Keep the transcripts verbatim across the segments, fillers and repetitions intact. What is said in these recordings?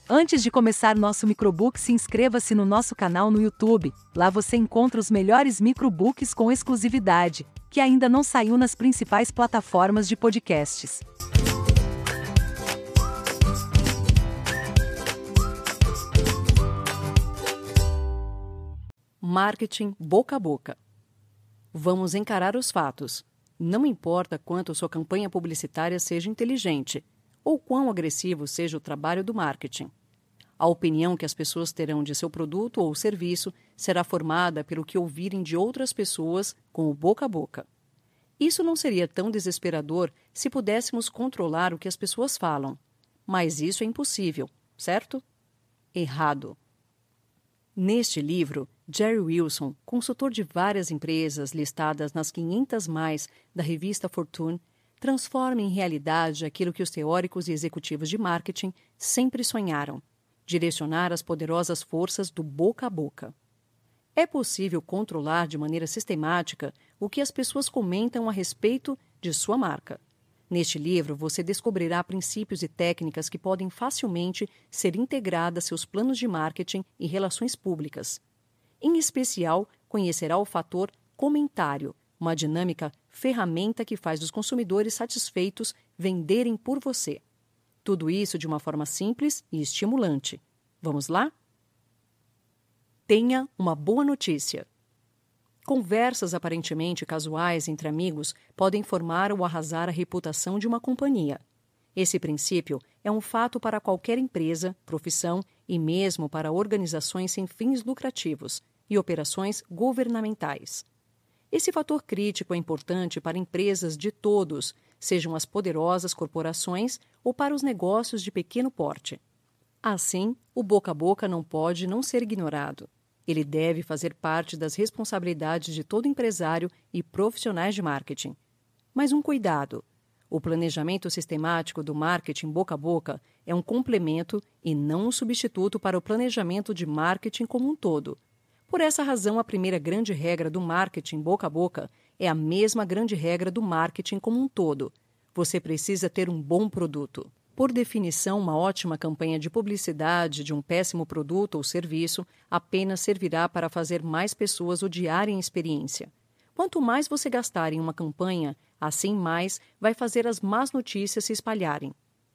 Antes de começar nosso microbook, se inscreva-se no nosso canal no YouTube. Lá você encontra os melhores microbooks com exclusividade, que ainda não saiu nas principais plataformas de podcasts. Marketing boca a boca. Vamos encarar os fatos. Não importa quanto sua campanha publicitária seja inteligente, ou quão agressivo seja o trabalho do marketing. A opinião que as pessoas terão de seu produto ou serviço será formada pelo que ouvirem de outras pessoas com o boca a boca. Isso não seria tão desesperador se pudéssemos controlar o que as pessoas falam. Mas isso é impossível, certo? Errado. Neste livro, Jerry Wilson, consultor de várias empresas listadas nas quinhentas mais da revista Fortune, transforma em realidade aquilo que os teóricos e executivos de marketing sempre sonharam: direcionar as poderosas forças do boca a boca. É possível controlar de maneira sistemática o que as pessoas comentam a respeito de sua marca. Neste livro, você descobrirá princípios e técnicas que podem facilmente ser integradas a seus planos de marketing e relações públicas. Em especial, conhecerá o fator comentário, uma dinâmica ferramenta que faz os consumidores satisfeitos venderem por você. Tudo isso de uma forma simples e estimulante. Vamos lá? Tenha uma boa notícia. Conversas aparentemente casuais entre amigos podem formar ou arrasar a reputação de uma companhia. Esse princípio é um fato para qualquer empresa, profissão e mesmo para organizações sem fins lucrativos e operações governamentais. Esse fator crítico é importante para empresas de todos, sejam as poderosas corporações ou para os negócios de pequeno porte. Assim, o boca a boca não pode não ser ignorado. Ele deve fazer parte das responsabilidades de todo empresário e profissionais de marketing. Mas um cuidado: o planejamento sistemático do marketing boca a boca é um complemento e não um substituto para o planejamento de marketing como um todo. Por essa razão, a primeira grande regra do marketing boca a boca é a mesma grande regra do marketing como um todo. Você precisa ter um bom produto. Por definição, uma ótima campanha de publicidade de um péssimo produto ou serviço apenas servirá para fazer mais pessoas odiarem a experiência. Quanto mais você gastar em uma campanha, assim mais vai fazer as más notícias se espalharem.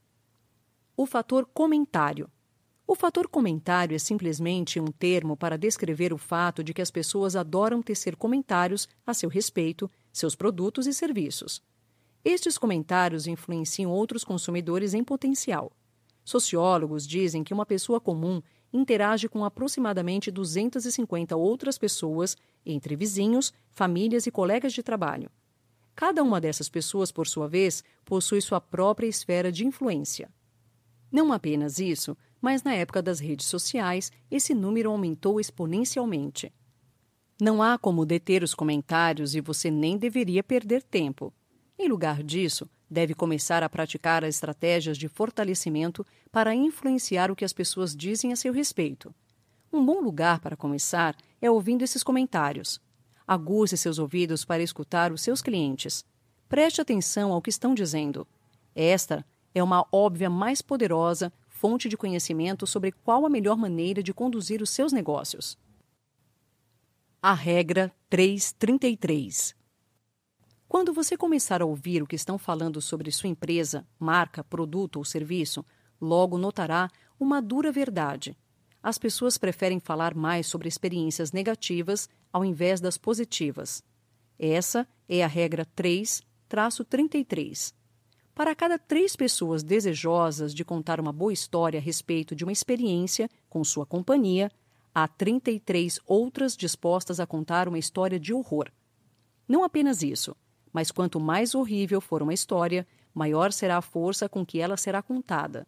O fator comentário. O fator comentário é simplesmente um termo para descrever o fato de que as pessoas adoram tecer comentários a seu respeito, seus produtos e serviços. Estes comentários influenciam outros consumidores em potencial. Sociólogos dizem que uma pessoa comum interage com aproximadamente duzentas e cinquenta outras pessoas, entre vizinhos, famílias e colegas de trabalho. Cada uma dessas pessoas, por sua vez, possui sua própria esfera de influência. Não apenas isso, mas na época das redes sociais, esse número aumentou exponencialmente. Não há como deter os comentários e você nem deveria perder tempo. Em lugar disso, deve começar a praticar as estratégias de fortalecimento para influenciar o que as pessoas dizem a seu respeito. Um bom lugar para começar é ouvindo esses comentários. Aguce seus ouvidos para escutar os seus clientes. Preste atenção ao que estão dizendo. Esta é uma óbvia mais poderosa fonte de conhecimento sobre qual a melhor maneira de conduzir os seus negócios. A regra trezentos e trinta e três. Quando você começar a ouvir o que estão falando sobre sua empresa, marca, produto ou serviço, logo notará uma dura verdade. As pessoas preferem falar mais sobre experiências negativas ao invés das positivas. Essa é a regra trezentos e trinta e três. Para cada três pessoas desejosas de contar uma boa história a respeito de uma experiência com sua companhia, há trinta e três outras dispostas a contar uma história de horror. Não apenas isso, mas quanto mais horrível for uma história, maior será a força com que ela será contada.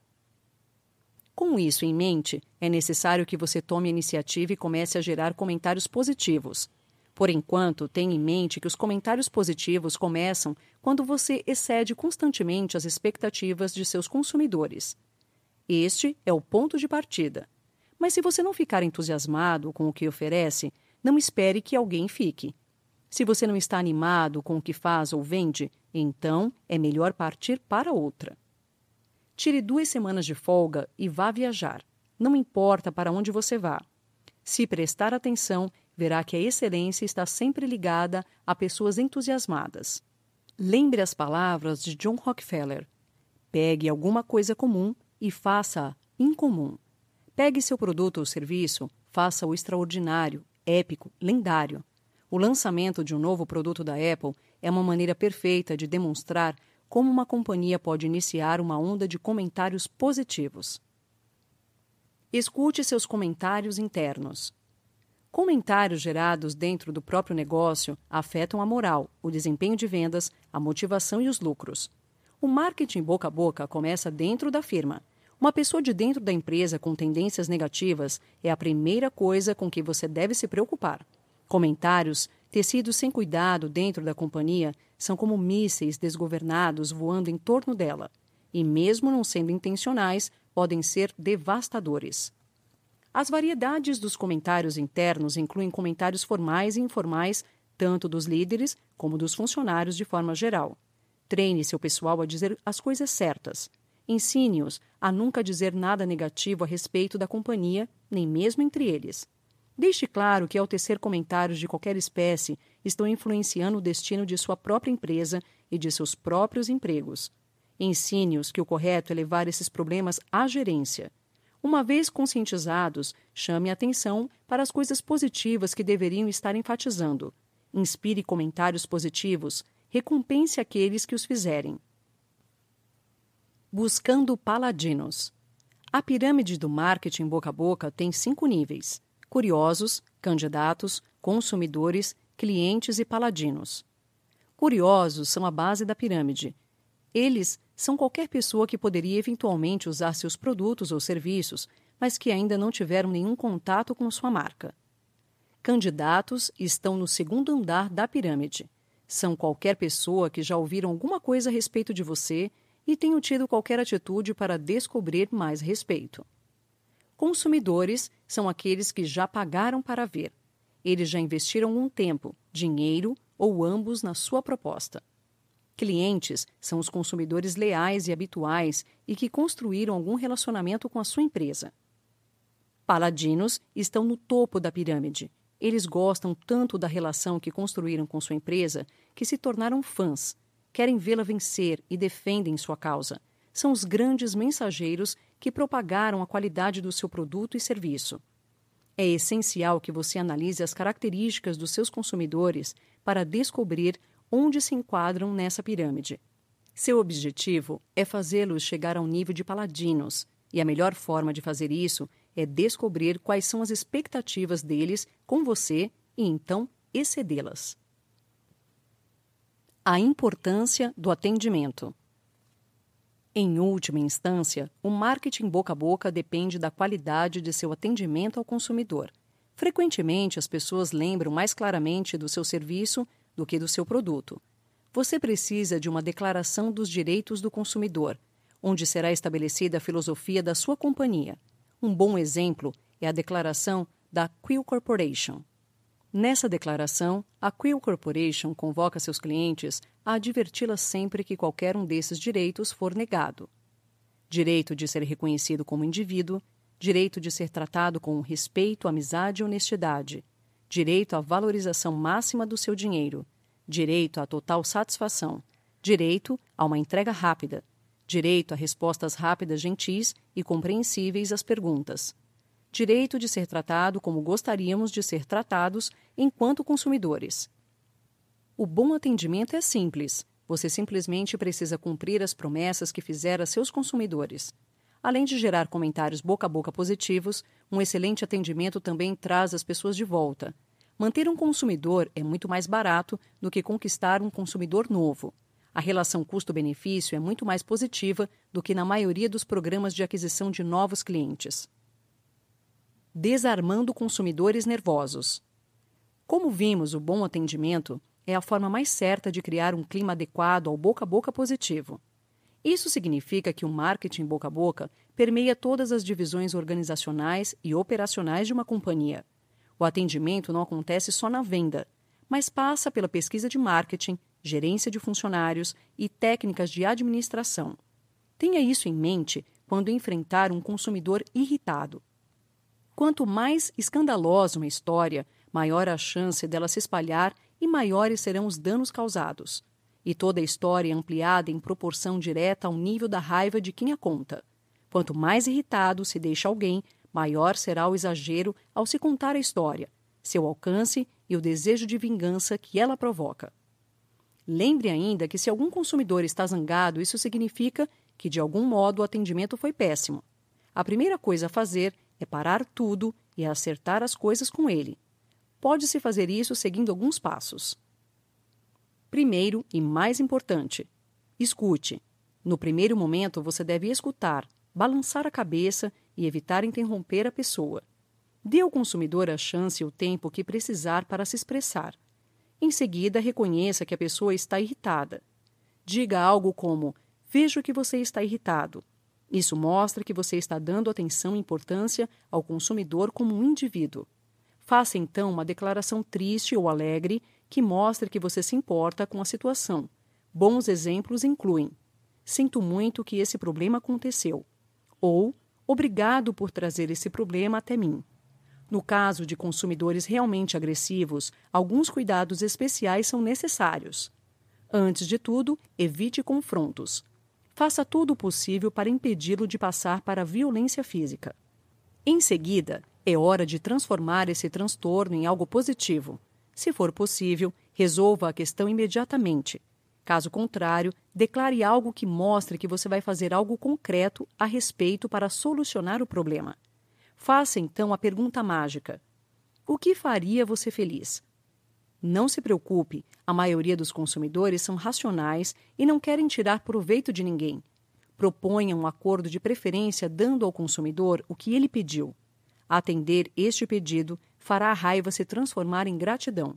Com isso em mente, é necessário que você tome a iniciativa e comece a gerar comentários positivos. Por enquanto, tenha em mente que os comentários positivos começam quando você excede constantemente as expectativas de seus consumidores. Este é o ponto de partida. Mas se você não ficar entusiasmado com o que oferece, não espere que alguém fique. Se você não está animado com o que faz ou vende, então é melhor partir para outra. Tire duas semanas de folga e vá viajar. não importa para onde você vá. Se prestar atenção, verá que a excelência está sempre ligada a pessoas entusiasmadas. Lembre as palavras de John Rockefeller. Pegue alguma coisa comum e faça-a incomum. Pegue seu produto ou serviço, faça-o extraordinário, épico, lendário. O lançamento de um novo produto da Apple é uma maneira perfeita de demonstrar como uma companhia pode iniciar uma onda de comentários positivos. Escute seus comentários internos. Comentários gerados dentro do próprio negócio afetam a moral, o desempenho de vendas, a motivação e os lucros. O marketing boca a boca começa dentro da firma. Uma pessoa de dentro da empresa com tendências negativas é a primeira coisa com que você deve se preocupar. Comentários tecidos sem cuidado dentro da companhia são como mísseis desgovernados voando em torno dela, e mesmo não sendo intencionais, podem ser devastadores. As variedades dos comentários internos incluem comentários formais e informais, tanto dos líderes como dos funcionários de forma geral. Treine seu pessoal a dizer as coisas certas. Ensine-os a nunca dizer nada negativo a respeito da companhia, nem mesmo entre eles. Deixe claro que, ao tecer comentários de qualquer espécie, estão influenciando o destino de sua própria empresa e de seus próprios empregos. Ensine-os que o correto é levar esses problemas à gerência. Uma vez conscientizados, chame a atenção para as coisas positivas que deveriam estar enfatizando. Inspire comentários positivos. Recompense aqueles que os fizerem. Buscando paladinos. A pirâmide do marketing boca a boca tem cinco níveis: curiosos, candidatos, consumidores, clientes e paladinos. Curiosos são a base da pirâmide. Eles são qualquer pessoa que poderia eventualmente usar seus produtos ou serviços, mas que ainda não tiveram nenhum contato com sua marca. Candidatos estão no segundo andar da pirâmide. São qualquer pessoa que já ouviram alguma coisa a respeito de você e tenham tido qualquer atitude para descobrir mais respeito. Consumidores são aqueles que já pagaram para ver. Eles já investiram um tempo, dinheiro ou ambos na sua proposta. Clientes são os consumidores leais e habituais e que construíram algum relacionamento com a sua empresa. Paladinos estão no topo da pirâmide. Eles gostam tanto da relação que construíram com sua empresa que se tornaram fãs, querem vê-la vencer e defendem sua causa. São os grandes mensageiros que propagaram a qualidade do seu produto e serviço. É essencial que você analise as características dos seus consumidores para descobrir onde se enquadram nessa pirâmide. Seu objetivo é fazê-los chegar ao nível de paladinos, e a melhor forma de fazer isso é descobrir quais são as expectativas deles com você e então excedê-las. A importância do atendimento. Em última instância, o marketing boca a boca depende da qualidade de seu atendimento ao consumidor. Frequentemente, as pessoas lembram mais claramente do seu serviço do que do seu produto. Você precisa de uma declaração dos direitos do consumidor, onde será estabelecida a filosofia da sua companhia. Um bom exemplo é a declaração da Quill Corporation. Nessa declaração, a Quill Corporation convoca seus clientes a adverti-las sempre que qualquer um desses direitos for negado. Direito de ser reconhecido como indivíduo, direito de ser tratado com respeito, amizade e honestidade, direito à valorização máxima do seu dinheiro, direito à total satisfação, direito a uma entrega rápida, direito a respostas rápidas, gentis e compreensíveis às perguntas, direito de ser tratado como gostaríamos de ser tratados enquanto consumidores. O bom atendimento é simples. Você simplesmente precisa cumprir as promessas que fizer a seus consumidores. Além de gerar comentários boca a boca positivos, um excelente atendimento também traz as pessoas de volta. Manter um consumidor é muito mais barato do que conquistar um consumidor novo. A relação custo-benefício é muito mais positiva do que na maioria dos programas de aquisição de novos clientes. Desarmando consumidores nervosos. Como vimos, o bom atendimento é a forma mais certa de criar um clima adequado ao boca a boca positivo. Isso significa que o marketing boca a boca permeia todas as divisões organizacionais e operacionais de uma companhia. O atendimento não acontece só na venda, mas passa pela pesquisa de marketing, gerência de funcionários e técnicas de administração. Tenha isso em mente quando enfrentar um consumidor irritado. Quanto mais escandalosa uma história, maior a chance dela se espalhar e maiores serão os danos causados. E toda a história é ampliada em proporção direta ao nível da raiva de quem a conta. Quanto mais irritado se deixa alguém, maior será o exagero ao se contar a história, seu alcance e o desejo de vingança que ela provoca. Lembre ainda que se algum consumidor está zangado, isso significa que, de algum modo, o atendimento foi péssimo. A primeira coisa a fazer é parar tudo e acertar as coisas com ele. Pode-se fazer isso seguindo alguns passos. Primeiro e mais importante, escute. No primeiro momento, você deve escutar, balançar a cabeça e evitar interromper a pessoa. Dê ao consumidor a chance e o tempo que precisar para se expressar. Em seguida, reconheça que a pessoa está irritada. Diga algo como: vejo que você está irritado. Isso mostra que você está dando atenção e importância ao consumidor como um indivíduo. Faça então uma declaração triste ou alegre que mostre que você se importa com a situação. Bons exemplos incluem: sinto muito que esse problema aconteceu. Ou, obrigado por trazer esse problema até mim. No caso de consumidores realmente agressivos, alguns cuidados especiais são necessários. Antes de tudo, evite confrontos. Faça tudo o possível para impedi-lo de passar para a violência física. Em seguida, é hora de transformar esse transtorno em algo positivo. Se for possível, resolva a questão imediatamente. Caso contrário, declare algo que mostre que você vai fazer algo concreto a respeito para solucionar o problema. Faça então a pergunta mágica: o que faria você feliz? Não se preocupe, a maioria dos consumidores são racionais e não querem tirar proveito de ninguém. Proponha um acordo de preferência dando ao consumidor o que ele pediu. Atender este pedido fará a raiva se transformar em gratidão.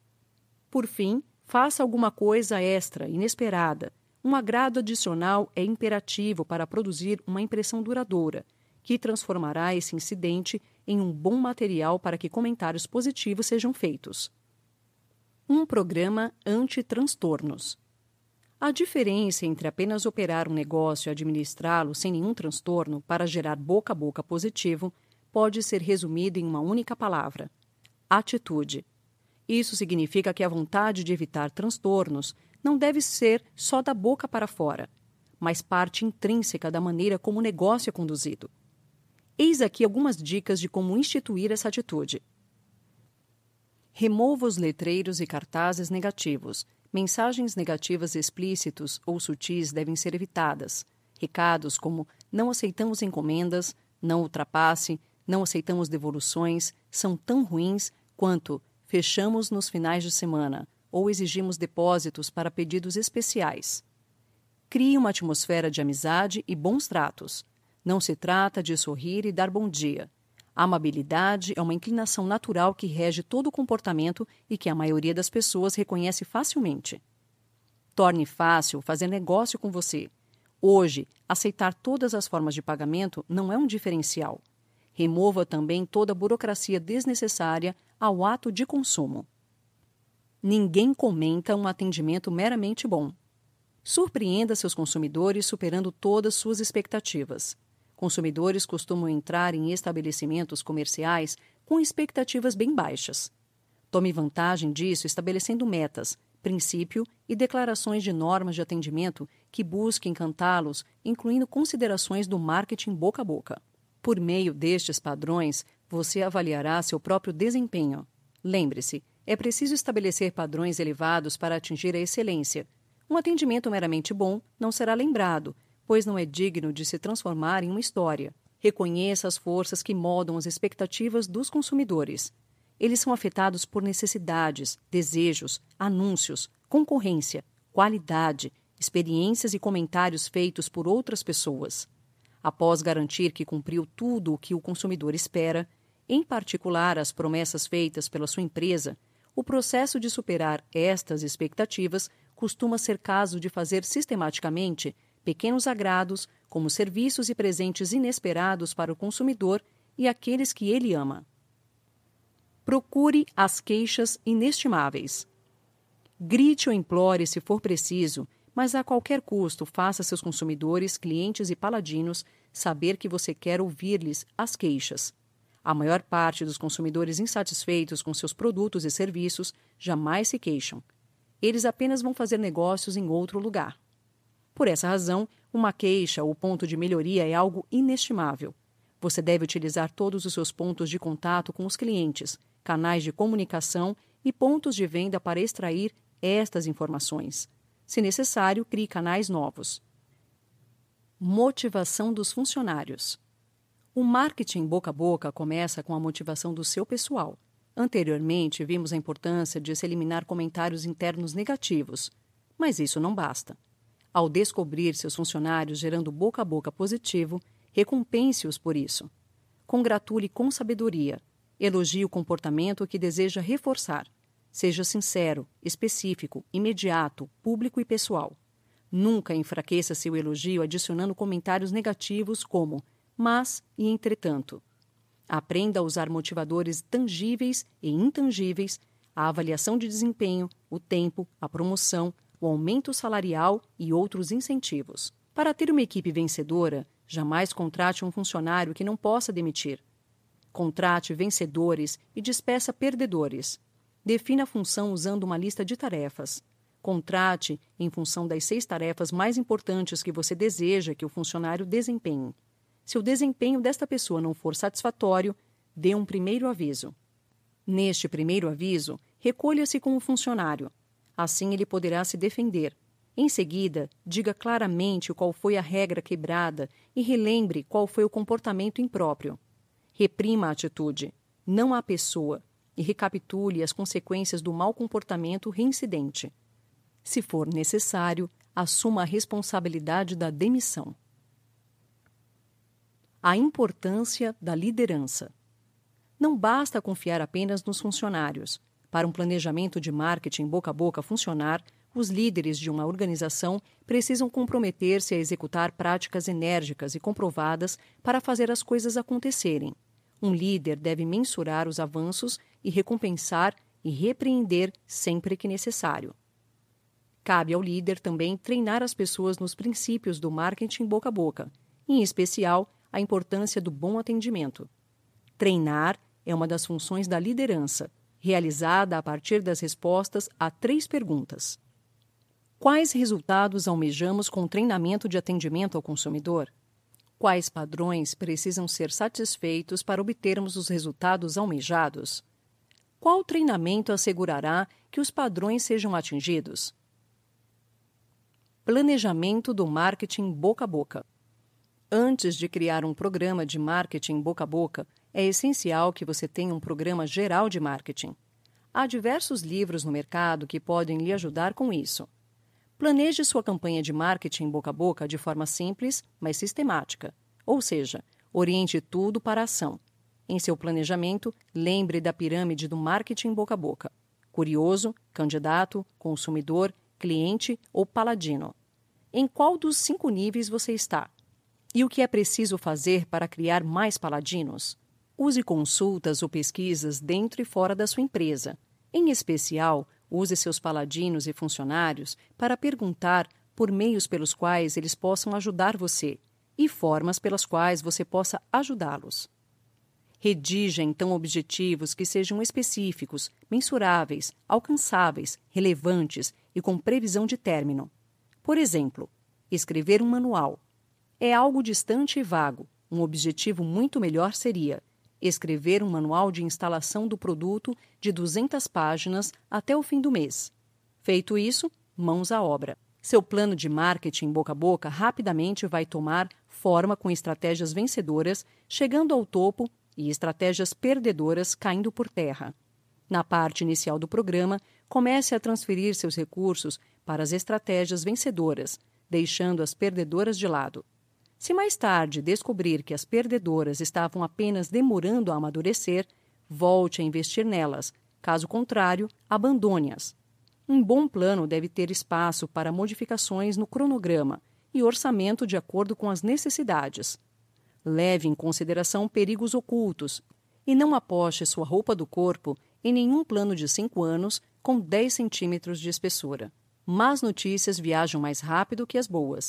Por fim, faça alguma coisa extra, inesperada. Um agrado adicional é imperativo para produzir uma impressão duradoura, que transformará esse incidente em um bom material para que comentários positivos sejam feitos. Um programa anti-transtornos. A diferença entre apenas operar um negócio e administrá-lo sem nenhum transtorno para gerar boca a boca positivo pode ser resumida em uma única palavra: atitude. Isso significa que a vontade de evitar transtornos não deve ser só da boca para fora, mas parte intrínseca da maneira como o negócio é conduzido. Eis aqui algumas dicas de como instituir essa atitude. Remova os letreiros e cartazes negativos. Mensagens negativas explícitos ou sutis devem ser evitadas. Recados como "não aceitamos encomendas", "não ultrapasse", "não aceitamos devoluções" são tão ruins quanto "fechamos nos finais de semana" ou exigimos depósitos para pedidos especiais. Crie uma atmosfera de amizade e bons tratos. Não se trata de sorrir e dar bom dia. A amabilidade é uma inclinação natural que rege todo o comportamento e que a maioria das pessoas reconhece facilmente. Torne fácil fazer negócio com você. Hoje, aceitar todas as formas de pagamento não é um diferencial. Remova também toda a burocracia desnecessária ao ato de consumo. Ninguém comenta um atendimento meramente bom. Surpreenda seus consumidores superando todas suas expectativas. Consumidores costumam entrar em estabelecimentos comerciais com expectativas bem baixas. Tome vantagem disso estabelecendo metas, princípio e declarações de normas de atendimento que busquem encantá-los, incluindo considerações do marketing boca a boca. Por meio destes padrões, você avaliará seu próprio desempenho. Lembre-se, é preciso estabelecer padrões elevados para atingir a excelência. Um atendimento meramente bom não será lembrado, pois não é digno de se transformar em uma história. Reconheça as forças que moldam as expectativas dos consumidores. Eles são afetados por necessidades, desejos, anúncios, concorrência, qualidade, experiências e comentários feitos por outras pessoas. Após garantir que cumpriu tudo o que o consumidor espera, em particular as promessas feitas pela sua empresa, o processo de superar estas expectativas costuma ser caso de fazer sistematicamente pequenos agrados, como serviços e presentes inesperados para o consumidor e aqueles que ele ama. Procure as queixas inestimáveis. Grite ou implore se for preciso, mas a qualquer custo faça seus consumidores, clientes e paladinos saber que você quer ouvir-lhes as queixas. A maior parte dos consumidores insatisfeitos com seus produtos e serviços jamais se queixam. Eles apenas vão fazer negócios em outro lugar. Por essa razão, uma queixa ou ponto de melhoria é algo inestimável. Você deve utilizar todos os seus pontos de contato com os clientes, canais de comunicação e pontos de venda para extrair estas informações. Se necessário, crie canais novos. Motivação dos funcionários. O marketing boca a boca começa com a motivação do seu pessoal. Anteriormente, vimos a importância de se eliminar comentários internos negativos, mas isso não basta. Ao descobrir seus funcionários gerando boca a boca positivo, recompense-os por isso. Congratule com sabedoria. Elogie o comportamento que deseja reforçar. Seja sincero, específico, imediato, público e pessoal. Nunca enfraqueça seu elogio adicionando comentários negativos como mas e entretanto. Aprenda a usar motivadores tangíveis e intangíveis, a avaliação de desempenho, o tempo, a promoção, o aumento salarial e outros incentivos. Para ter uma equipe vencedora, jamais contrate um funcionário que não possa demitir. Contrate vencedores e despeça perdedores. Defina a função usando uma lista de tarefas. Contrate em função das seis tarefas mais importantes que você deseja que o funcionário desempenhe. Se o desempenho desta pessoa não for satisfatório, dê um primeiro aviso. Neste primeiro aviso, recolha-se com o funcionário. Assim ele poderá se defender. Em seguida, diga claramente qual foi a regra quebrada e relembre qual foi o comportamento impróprio. Reprima a atitude, não a pessoa, e recapitule as consequências do mau comportamento reincidente. Se for necessário, assuma a responsabilidade da demissão. A importância da liderança. Não basta confiar apenas nos funcionários. Para um planejamento de marketing boca a boca funcionar, os líderes de uma organização precisam comprometer-se a executar práticas enérgicas e comprovadas para fazer as coisas acontecerem. Um líder deve mensurar os avanços e recompensar e repreender sempre que necessário. Cabe ao líder também treinar as pessoas nos princípios do marketing boca a boca, em especial a importância do bom atendimento. Treinar é uma das funções da liderança, realizada a partir das respostas a três perguntas. Quais resultados almejamos com o treinamento de atendimento ao consumidor? Quais padrões precisam ser satisfeitos para obtermos os resultados almejados? Qual treinamento assegurará que os padrões sejam atingidos? Planejamento do marketing boca a boca. Antes de criar um programa de marketing boca a boca, é essencial que você tenha um programa geral de marketing. Há diversos livros no mercado que podem lhe ajudar com isso. Planeje sua campanha de marketing boca a boca de forma simples, mas sistemática. Ou seja, oriente tudo para a ação. Em seu planejamento, lembre da pirâmide do marketing boca a boca. Curioso, candidato, consumidor, cliente ou paladino. Em qual dos cinco níveis você está? E o que é preciso fazer para criar mais paladinos? Use consultas ou pesquisas dentro e fora da sua empresa. Em especial, use seus paladinos e funcionários para perguntar por meios pelos quais eles possam ajudar você e formas pelas quais você possa ajudá-los. Redija, então, objetivos que sejam específicos, mensuráveis, alcançáveis, relevantes e com previsão de término. Por exemplo, escrever um manual. É algo distante e vago. Um objetivo muito melhor seria escrever um manual de instalação do produto de duzentas páginas até o fim do mês. Feito isso, mãos à obra. Seu plano de marketing boca a boca rapidamente vai tomar forma com estratégias vencedoras chegando ao topo e estratégias perdedoras caindo por terra. Na parte inicial do programa, comece a transferir seus recursos para as estratégias vencedoras, deixando as perdedoras de lado. Se mais tarde descobrir que as perdedoras estavam apenas demorando a amadurecer, volte a investir nelas. Caso contrário, abandone-as. Um bom plano deve ter espaço para modificações no cronograma e orçamento de acordo com as necessidades. Leve em consideração perigos ocultos e não aposte sua roupa do corpo em nenhum plano de cinco anos com dez centímetros de espessura. Más notícias viajam mais rápido que as boas.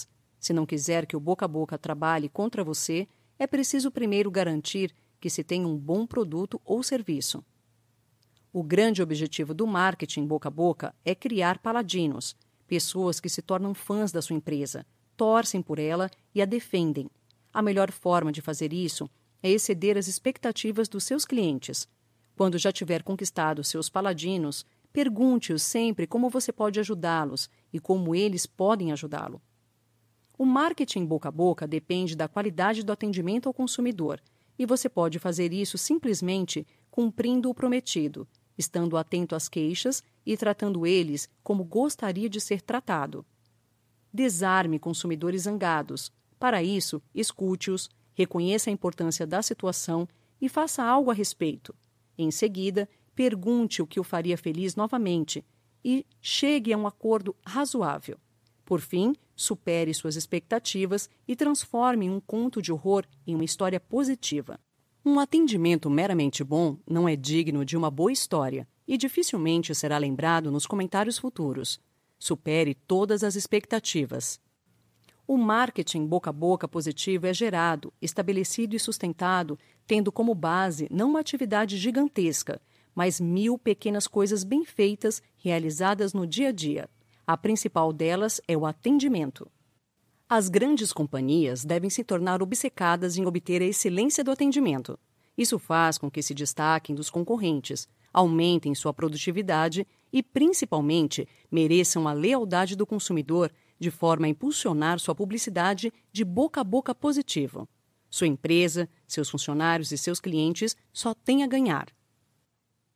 Se não quiser que o boca a boca trabalhe contra você, é preciso primeiro garantir que se tem um bom produto ou serviço. O grande objetivo do marketing boca a boca é criar paladinos, pessoas que se tornam fãs da sua empresa, torcem por ela e a defendem. A melhor forma de fazer isso é exceder as expectativas dos seus clientes. Quando já tiver conquistado seus paladinos, pergunte-os sempre como você pode ajudá-los e como eles podem ajudá-lo. O marketing boca a boca depende da qualidade do atendimento ao consumidor, e você pode fazer isso simplesmente cumprindo o prometido, estando atento às queixas e tratando eles como gostaria de ser tratado. Desarme consumidores zangados. Para isso, escute-os, reconheça a importância da situação e faça algo a respeito. Em seguida, pergunte o que o faria feliz novamente e chegue a um acordo razoável. Por fim, supere suas expectativas e transforme um conto de horror em uma história positiva. Um atendimento meramente bom não é digno de uma boa história e dificilmente será lembrado nos comentários futuros. Supere todas as expectativas. O marketing boca a boca positivo é gerado, estabelecido e sustentado, tendo como base não uma atividade gigantesca, mas mil pequenas coisas bem feitas realizadas no dia a dia. A principal delas é o atendimento. As grandes companhias devem se tornar obcecadas em obter a excelência do atendimento. Isso faz com que se destaquem dos concorrentes, aumentem sua produtividade e, principalmente, mereçam a lealdade do consumidor de forma a impulsionar sua publicidade de boca a boca positivo. Sua empresa, seus funcionários e seus clientes só têm a ganhar.